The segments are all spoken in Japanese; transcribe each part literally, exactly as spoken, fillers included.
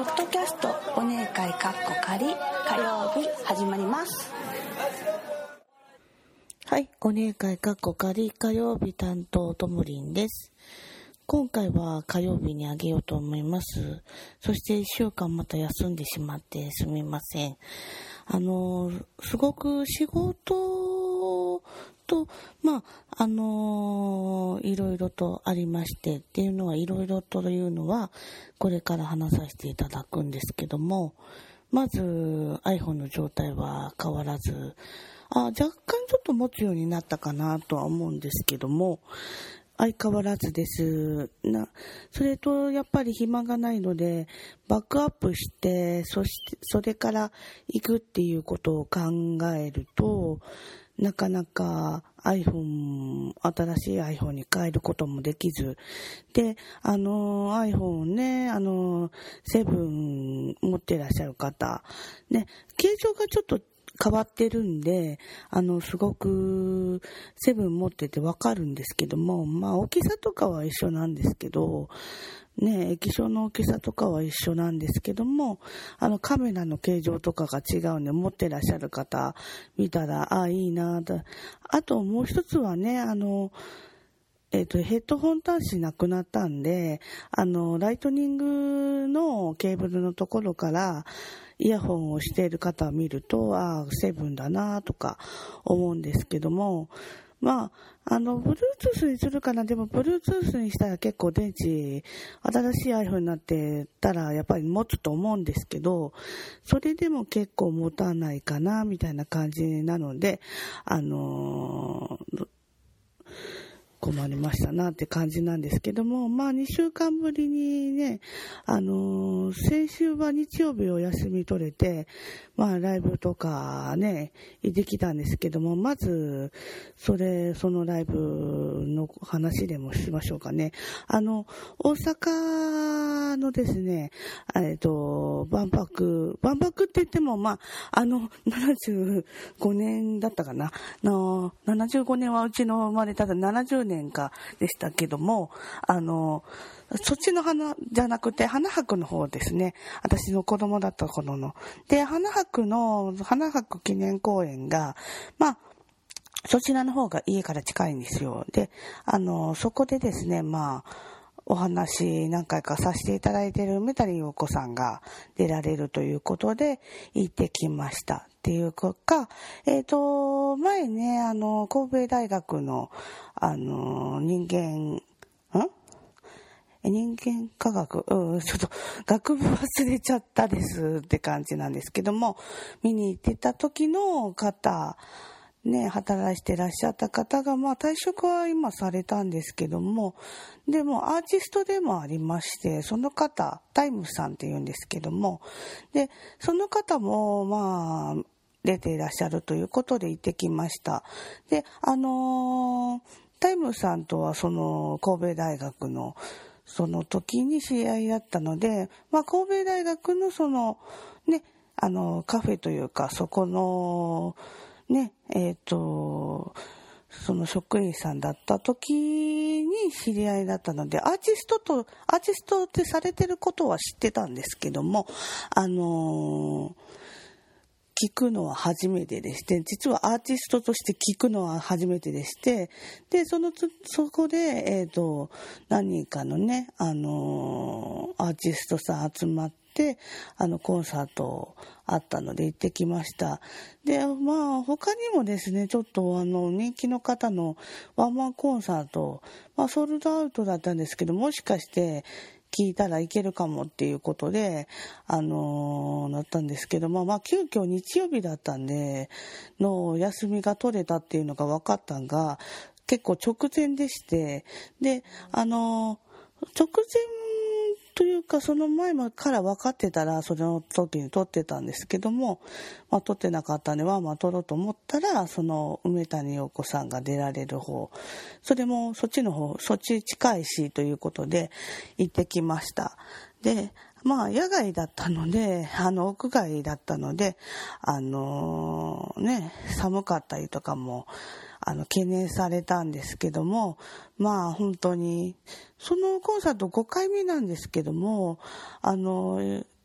ッドキャストお姉会かっこ仮火曜日始まります。 はい、お姉会かっこ仮火曜日担当ともりんです。今回は火曜日にあげようと思います。そしていっしゅうかんまた休んでしまってすみません。あのすごく仕事とまああのいろいろとありましてっていうのはいろいろというのはこれから話させていただくんですけども、まず iPhone の状態は変わらず、あ若干ちょっと持つようになったかなとは思うんですけども、相変わらずですな。それとやっぱり暇がないのでバックアップして、そしてそれから行くっていうことを考えると、なかなか iPhone 新しい iPhone に変えることもできずで、あの iPhone ね、あのセブン持ってらっしゃる方ね、形状がちょっと変わってるんで、あのすごくセブン持っててわかるんですけども、まあ大きさとかは一緒なんですけどね、液晶の大きさとかは一緒なんですけども、あのカメラの形状とかが違うんで、持ってらっしゃる方見たらあいいなと。あともう一つはね、あのえーと、ヘッドホン端子なくなったんで、あのライトニングのケーブルのところからイヤホンをしている方を見ると、ああセブンだなとか思うんですけども、まああの Bluetooth にするかな。でも Bluetooth にしたら結構電池新しい iPhone になってたらやっぱり持つと思うんですけど、それでも結構持たないかなみたいな感じなので、あのー困りましたなって感じなんですけども、まあにしゅうかんぶりにね、あのー、先週は日曜日お休み取れて、まあライブとかね行ってきたんですけども、まずそれそのライブの話でもしましょうかね。あの大阪のですね、えっと万博万博って言っても、まああのななじゅうごねんだったかなのななじゅうごねんはうちの生まれたななじゅうねんかでしたけども、あのそっちの花じゃなくて花博の方ですね。私の子供だった頃ので、花博の花博記念公園がまあそちらの方が家から近いんですよ。で、あのそこでですね、まあお話何回かさせていただいている梅谷陽子さんが出られるということで行ってきましたっていうか、えっと前ね、あの神戸大学のあの人間ん人間科学、うん、ちょっと学部忘れちゃったですって感じなんですけども、見に行ってた時の方ね、働いてらっしゃった方が、まあ退職は今されたんですけども、でもアーティストでもありまして、その方タイムさんって言うんですけども、でその方もまあ出ていらっしゃるということで行ってきました。で、あのー、タイムさんとはその神戸大学のその時に知り合いだったので、まあ神戸大学のそのね、あのカフェというか、そこのね、えっとその職員さんだった時に知り合いだったので、アーティストとアーティストってされてることは知ってたんですけども、あのー聞くのは初めてでして、実はアーティストとして聞くのは初めてでして、でそのそこで、えーと、何人かのね、あのー、アーティストさん集まってあのコンサートあったので行ってきました。で、まあ他にもですね、ちょっとあの人気の方のワンマンコンサート、まあソールドアウトだったんですけど、もしかして聞いたらいけるかもっていうことで、あのー、なったんですけども、まあ急遽日曜日だったんでの休みが取れたっていうのが分かったんが結構直前でして、で、あのー、直前というかその前から分かってたらその時に撮ってたんですけども、まあ、撮ってなかったんではまあ撮ろうと思ったら、その梅谷陽子さんが出られる方、それもそっちの方そっち近いしということで行ってきました。で、まあ野外だったので、あの屋外だったので、あのー、ね寒かったりとかもあの懸念されたんですけども、まあ本当にそのコンサートごかいめなんですけども、あの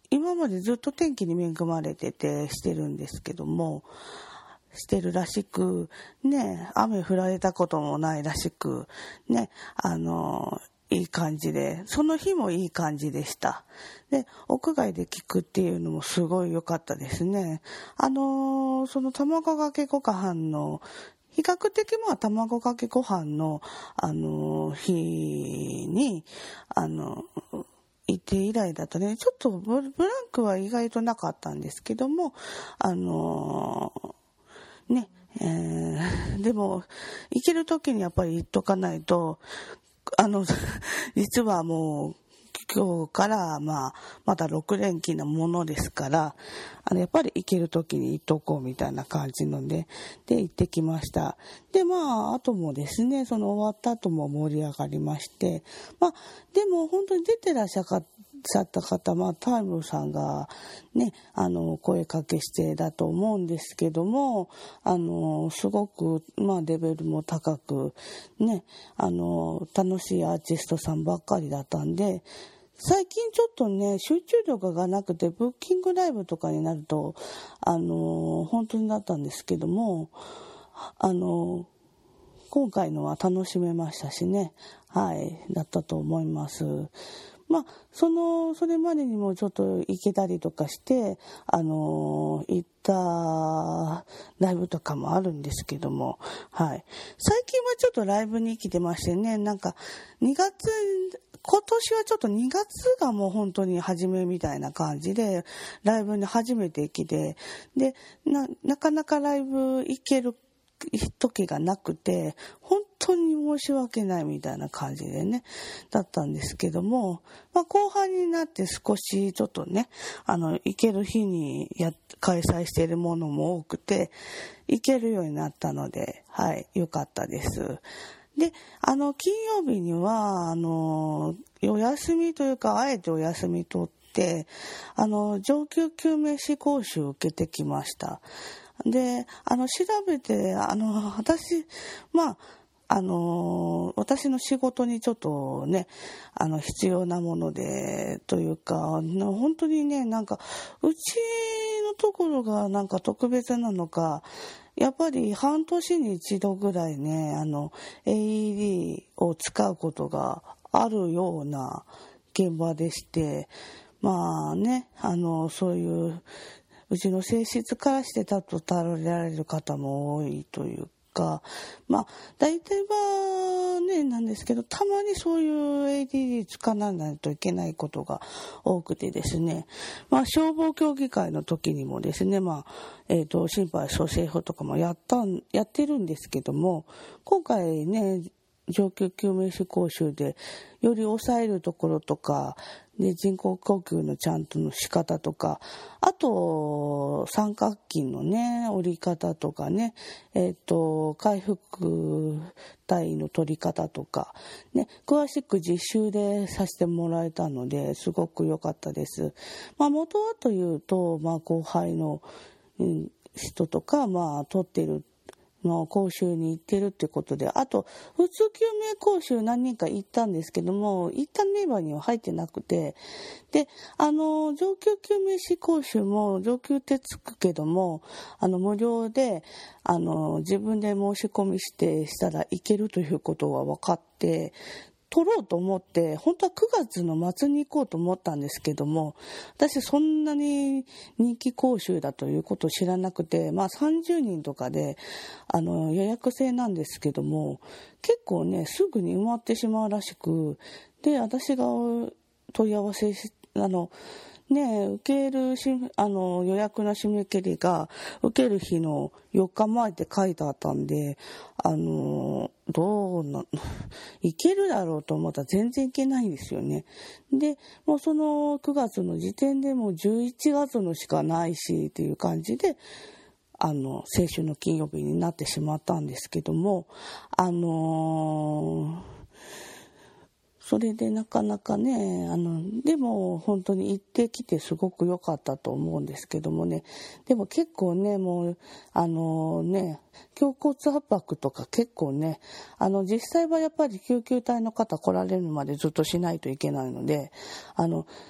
今までずっと天気に恵まれててしてるんですけども、してるらしくね、雨降られたこともないらしくね、あのいい感じで、その日もいい感じでした。で、屋外で聞くっていうのもすごい良かったですね。あのその卵かけご飯の比較的まあ卵かけご飯のあの日にあのいて以来だとね、ちょっとブランクは意外となかったんですけども、あのね、えー、でも行ける時にやっぱり行っとかないと、あの実はもう今日からまあまだろく連勤なものですから、あのやっぱり行ける時に行っとこうみたいな感じのでで行ってきました。でまああともですね、その終わった後も盛り上がりまして、まあでも本当に出てらっしゃったさった方、まあ、タイムさんが、ね、あの声かけしてだと思うんですけども、あのすごく、まあ、レベルも高く、ね、あの楽しいアーティストさんばっかりだったんで、最近ちょっとね集中力がなくてブッキングライブとかになるとあの本当になったんですけども、あの今回のは楽しめましたしね、はいだったと思います。まあ、そのそれまでにもちょっと行けたりとかして、あのー、行ったライブとかもあるんですけども、はい、最近はちょっとライブに来てましてね、なんかにがつ今年はちょっとにがつがもう本当に初めみたいな感じでライブに初めて来て、で な, なかなかライブ行ける時がなくて本当に申し訳ないみたいな感じでねだったんですけども、まあ、後半になって少しちょっとねあの行ける日にや開催しているものも多くて行けるようになったので、はい良かったです。であの金曜日にはあのお休みというかあえてお休み取ってあの上級救命士講習を受けてきました。であの調べてあの私まああの私の仕事にちょっとねあの必要なものでというか本当にねなんかうちのところがなんか特別なのかやっぱり半年に一度ぐらいねあの エーイーディー を使うことがあるような現場でして、まあねあのそういううちの性質からしてたと頼られる方も多いというか、まあ大体はねなんですけど、たまにそういう エーディーディー 使わないといけないことが多くてですね、まあ消防協議会の時にもですね、まあえっと心肺蘇生法とかもやったんやってるんですけども、今回ね上級救命士講習でより抑えるところとかで人工呼吸のちゃんとの仕方とか、あと三角筋のね折り方とかね、えっと回復体の取り方とかね詳しく実習でさせてもらえたのですごく良かったです。まあ元はというと、まあ後輩の人とかまあ取ってるの講習に行ってるってことで、あと普通救命講習何人か行ったんですけども行ったメンバーには入ってなくて、であの上級救命士講習も上級ってつくけどもあの無料であの自分で申し込みしてしたら行けるということは分かって取ろうと思って本当はくがつの末に行こうと思ったんですけども、私そんなに人気講習だということを知らなくて、まあさんじゅうにんとかであの予約制なんですけども結構ねすぐに埋まってしまうらしく、で私が問い合わせしあのね受けるしあの予約の締め切りが受ける日のよっかまえって書いてあったんで、あのどうないけるだろうと思ったら全然いけないんですよね。でもうそのくがつの時点でもうじゅういちがつのしかないしっていう感じであの先週の金曜日になってしまったんですけども、あのーそれでなかなかねあのでも本当に行ってきてすごく良かったと思うんですけどもね、でも結構ねもうあのね胸骨圧迫とか結構ねあの実際はやっぱり救急隊の方来られるまでずっとしないといけないので、あの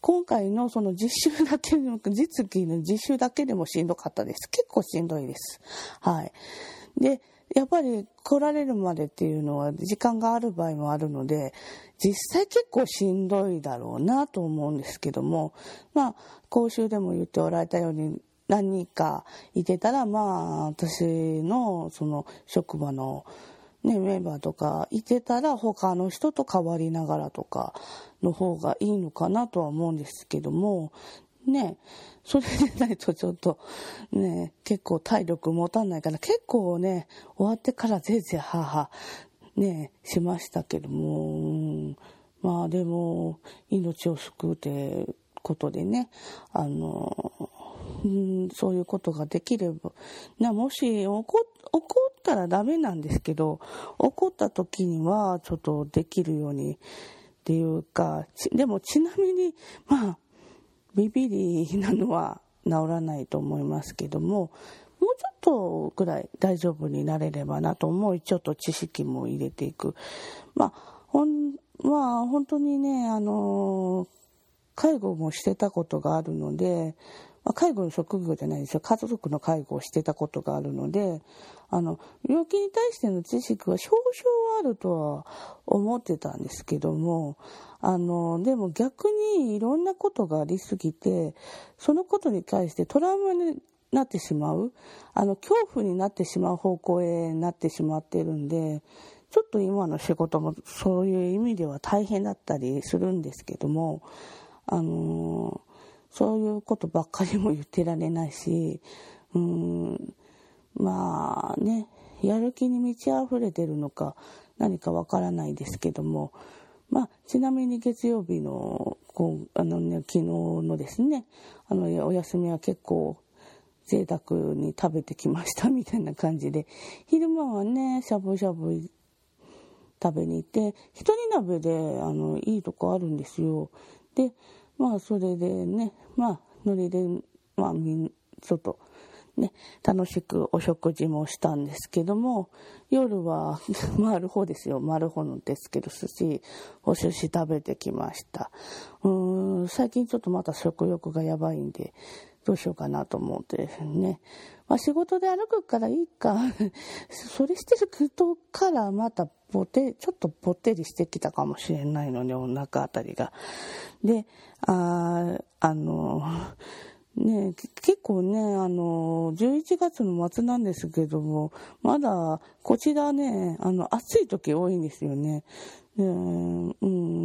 今回のその実習だけでも、実技の実習だけでもしんどかったです。結構しんどいです。はい。で、やっぱり来られるまでっていうのは時間がある場合もあるので、実際結構しんどいだろうなと思うんですけども、まあ、講習でも言っておられたように、何人かいてたら、まあ、私のその職場のね、メンバーとかいてたら、他の人と変わりながらとかの方がいいのかなとは思うんですけども、ね、それでないとちょっとね、結構体力持たないから、結構ね、終わってからぜいぜいははね、しましたけども、うん、まあでも、命を救うってことでね、あの、うん、そういうことができれば、なもし怒、怒ったらダメなんですけど、怒った時にはちょっとできるようにっていうか、でもちなみに、まあ、ビビリなのは治らないと思いますけども、もうちょっとくらい大丈夫になれればなと思い、ちょっと知識も入れていく。まあ、ほん、まあ、本当にね、あの、介護もしてたことがあるので、まあ、介護の職業じゃないですよ。家族の介護をしてたことがあるので、あの、病気に対しての知識は少々あるとは思ってたんですけども、あの、でも逆にいろんなことがありすぎて、そのことに対してトラウマになってしまう、あの、恐怖になってしまう方向へなってしまっているんで、ちょっと今の仕事もそういう意味では大変だったりするんですけども、あの、そういうことばっかりも言ってられないし、うーん、まあね、やる気に満ち溢れてるのか何かわからないですけども、まあ、ちなみに月曜日の、こう、あのね、昨日のですね、あの、お休みは結構贅沢に食べてきましたみたいな感じで、昼間はね、しゃぶしゃぶ食べに行って、一人鍋で、あの、いいとこあるんですよ。で、まあ、それでね、まあ、ノリで、まあ、みん、ちょっと、ね、楽しくお食事もしたんですけども、夜は回る方ですよ。回る方のですけど、寿司、お寿司食べてきました。うーん、最近ちょっとまた食欲がやばいんで、どうしようかなと思ってですね。まあ仕事で歩くからいいか。それしてることからまたぼて、ちょっとぼってりしてきたかもしれないのね、お腹あたりが。で、ああの、ね、結構ね、あの、じゅういちがつの末なんですけども、まだこちらね、あの、暑い時多いんですよね。ね、うん、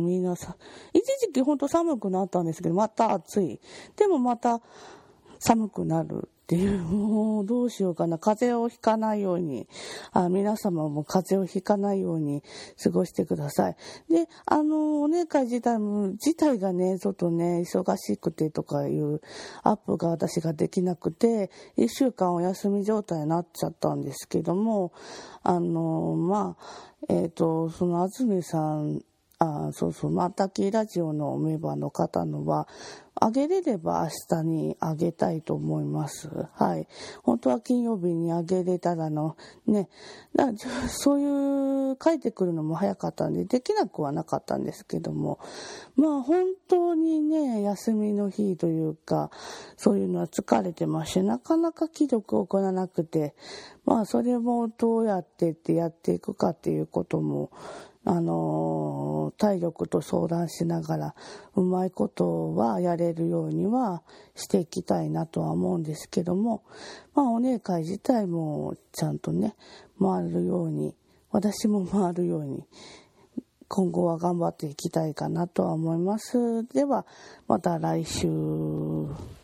みんなさ、一時期ほんと寒くなったんですけど、また暑い。でもまた寒くなるっていう、もうどうしようかな。風邪をひかないように、あ、皆様も風邪をひかないように過ごしてください。で、あの、おね会自体も、自体がね、ちょっとね、忙しくてとかいうアップが私ができなくて、一週間お休み状態になっちゃったんですけども、あの、まあ、えっと、その安住さん、あ、そうそう、またきラジオのメンバーの方のは、あげれれば明日にあげたいと思います。はい。本当は金曜日にあげれたらの、ね、だそういう書いてくるのも早かったんで、できなくはなかったんですけども、まあ本当にね、休みの日というか、そういうのは疲れてますし、なかなか既読を行わなくて、まあそれもどうやってってやっていくかっていうことも、あのー、体力と相談しながらうまいことはやれるようにはしていきたいなとは思うんですけども、まあおね会自体もちゃんとね回るように、私も回るように今後は頑張っていきたいかなとは思います。ではまた来週。